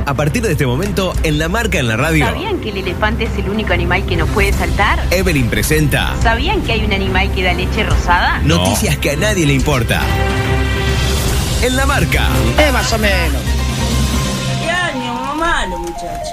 A partir de este momento, en La Marca en la radio. ¿Sabían que el elefante es el único animal que no puede saltar? Evelyn presenta. ¿Sabían que hay un animal que da leche rosada? Noticias que a nadie le importa. En La Marca. Más o menos. ¿Qué año? No malo, muchacho.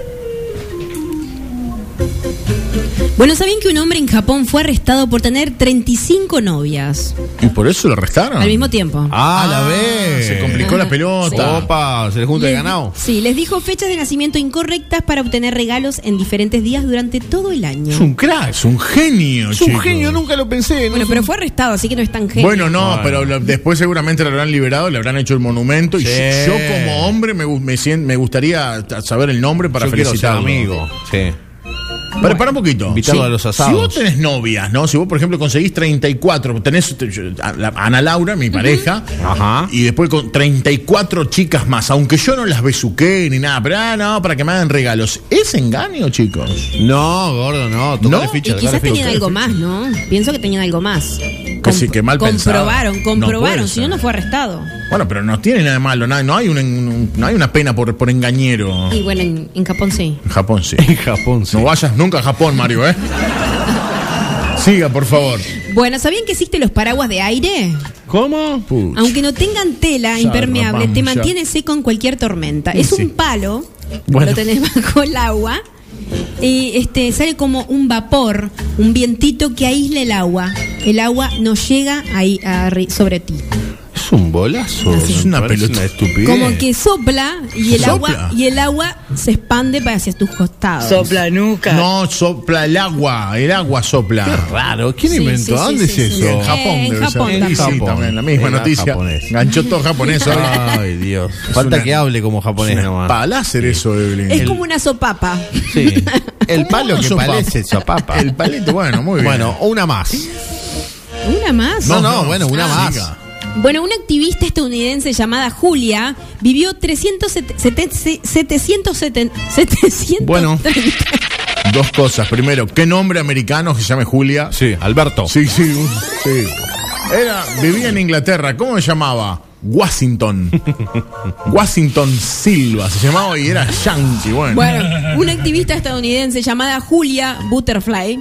Bueno, ¿sabían que un hombre en Japón fue arrestado por tener 35 novias? ¿Y por eso lo arrestaron? Al mismo tiempo. La vez. Se complicó la pelota. Sí. Opa, se le junta el ganado. Sí, les dijo fechas de nacimiento incorrectas para obtener regalos en diferentes días durante todo el año. Es un crack, es un genio, Es un chicos. genio, nunca lo pensé. Bueno, pero fue arrestado, así que no es tan genio. Bueno, no, pero después seguramente lo habrán liberado, le habrán hecho el monumento. Sí. Y yo como hombre me gustaría saber el nombre para Yo quiero ser felicitarlo. amigo. Sí. Pero para un poquito. Invitarlo a los asados. Si vos tenés novias, ¿no? Si vos, por ejemplo, conseguís 34, tenés Ana Laura, mi pareja, Ajá. y después con 34 chicas más, aunque yo no las besuqué ni nada, pero no, para que me hagan regalos. ¿Es engaño, chicos? No, gordo, no. Tocale ¿No? ficha, Y tocale quizás ficha. tenían algo más, ¿no? Pienso que tenían algo más. sí, que mal pensado. Comprobaron, No puede si no, ser. no fue arrestado. Bueno, pero no tiene nada de malo, no hay una pena por engañero. Y bueno, en Japón sí. En Japón sí. En Japón, sí. No vayas nunca a Japón, Mario, ¿eh? Siga, por favor. Bueno, ¿sabían que existen los paraguas de aire? ¿Cómo? Puch. Aunque no tengan tela Ya, impermeable, rapamos, te ya. mantiene seco en cualquier tormenta. Y Es sí. un palo, Bueno. lo tenés bajo el agua, y sale como un vapor, un vientito que aísla el agua. El agua no llega ahí sobre ti. Es un bolazo. Así. Es una Me parece pelota. una estupidez. Como que sopla y ¿Sopla? el agua se expande para hacia tus costados. Sopla nuca. No, sopla el agua sopla. Qué raro. ¿Quién Sí, inventó? sí, ¿Dónde sí, es sí, eso? sí. En Japón En debe Japón ser. también. Sí, también, la misma Era noticia. japonés. Ganchó todo japonés hoy. Ay, Dios. Falta una- que hable como japonés nomás. Para láser eso, Evelyn. Es como una sopapa. Sí. El ¿Cómo palo que sopapa? parece sopapa. El palito, bueno, muy bien. Bueno, una más. Una más. No, bueno, una más. siga. Bueno, una activista estadounidense llamada Julia vivió 730. Bueno. Dos cosas. Primero, ¿qué nombre americano que se llame Julia? Sí, Alberto. Sí. Vivía en Inglaterra. ¿Cómo se llamaba? Washington. Washington Silva se llamaba y era yankee. Bueno. Bueno, una activista estadounidense llamada Julia Butterfly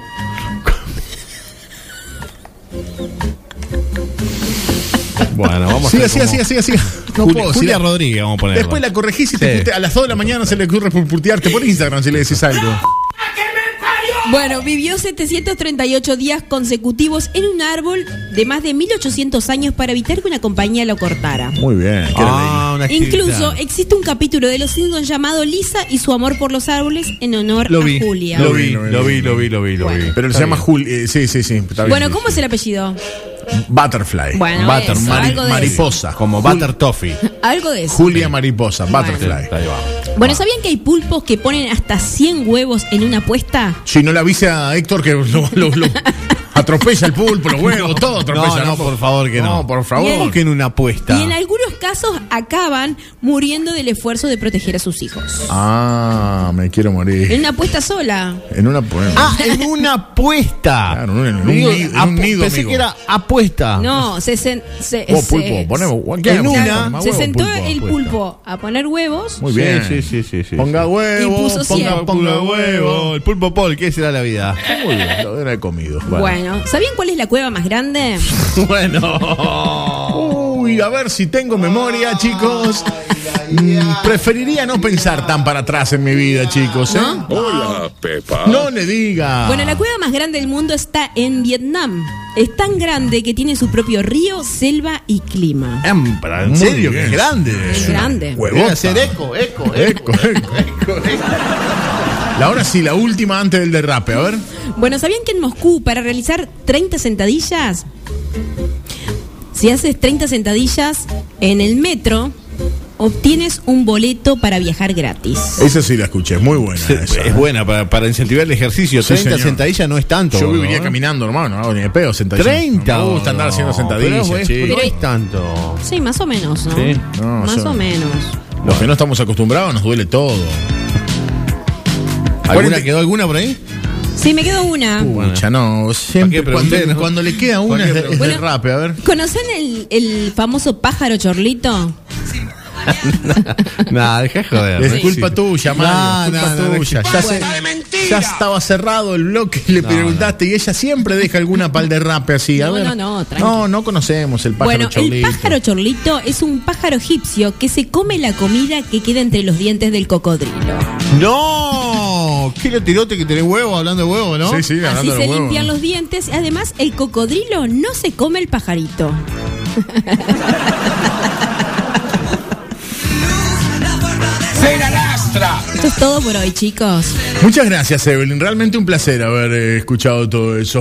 Bueno, vamos Siga. a hacer como- No Julia, puedo decir. Julia Rodríguez, vamos a ponerlo. Después la corregís y Sí. a las 2 de la mañana se le ocurre putearte por Instagram si le decís algo. Bueno, vivió 738 días consecutivos en un árbol de más de 1800 años para evitar que una compañía lo cortara. Muy bien. Una actividad. Incluso existe un capítulo de Los Simpsons llamado Lisa y su amor por los árboles en honor Lo vi. a Julia. Lo vi. Pero se llama Julia. Sí. Está bien. Bueno, ¿cómo es el apellido? Butterfly. Bueno, Butter, eso, algo de mariposa. Como Butter Toffee. eso. Algo de eso. Julia Mariposa. Butterfly. Ahí va. Bueno, ¿sabían que hay pulpos que ponen hasta 100 huevos en una puesta? Si no le avise a Héctor que lo atropella el pulpo, los huevos, todo atropella. No, por favor que no. No, por favor. ¿Cómo que en una apuesta? Y en algunos casos acaban muriendo del esfuerzo de proteger a sus hijos. Ah, me quiero En morir. una puesta sola. En una. En una apuesta. Claro, en un Digo, nido, en un nido, pensé amigo. que era apuesta. No, Vos, pulpo, ponemos. ¿qué en hacemos? una- Más se huevo, sentó pulpo. el pulpo a poner huevos. Muy bien. Sí. Ponga Y huevo, puso cien. ponga huevo. El pulpo Paul, ¿qué será la vida? Muy bien, lo hubiera comido. Bueno, ¿sabían cuál es la cueva más grande? Uy, a ver si tengo memoria, chicos. Preferiría no pensar tan para atrás en mi vida, chicos, ¿eh? Hola, Pepa. No le diga. Bueno, la cueva más grande del mundo está en Vietnam. Es tan grande que tiene su propio río, selva y clima. Pero en Muy serio, bien. que es grande. Es grande. Huevota. Debe hacer eco. Eco. Ahora sí, la última antes del derrape, a ver. Bueno, ¿sabían que en Moscú para realizar 30 sentadillas, si haces 30 sentadillas en el metro, obtienes un boleto para viajar gratis? Esa sí la escuché, muy buena esa. Es buena para incentivar el ejercicio. Sí, 30 señor. sentadillas no es tanto. Yo ¿no? viviría caminando, hermano, no hago ni de pedo sentadillas. 30. No me gusta andar haciendo sentadillas, pero che. no es tanto. Sí, más o menos, ¿no? Sí. No, Más yo- o menos. Los que no estamos acostumbrados nos duele todo. ¿Alguna quedó alguna por ahí? Sí, me quedó una. Pucha, no, siempre ¿Para qué pregunté, no? cuando le queda una ¿Para qué es de pregunté? rape, a ver. ¿Conocen el famoso pájaro chorlito? Nah, deja de joder. Es ¿no? culpa Sí. tuya, Mario. No, culpa no, no, tuya. no. Ya estaba cerrado el bloque y le preguntaste y ella siempre deja alguna pal de rape así. A No, ver. no, tranqui. No conocemos el pájaro Bueno, chorlito. el pájaro chorlito es un pájaro egipcio que se come la comida que queda entre los dientes del cocodrilo. ¡No! ¿Qué le tirote que tenés huevo hablando de huevo, no? Sí, sí, Así hablando de se los huevos. limpian los dientes. Además, el cocodrilo no se come el pajarito. Esto es todo por hoy, chicos. Muchas gracias, Evelyn. Realmente un placer haber escuchado todo eso.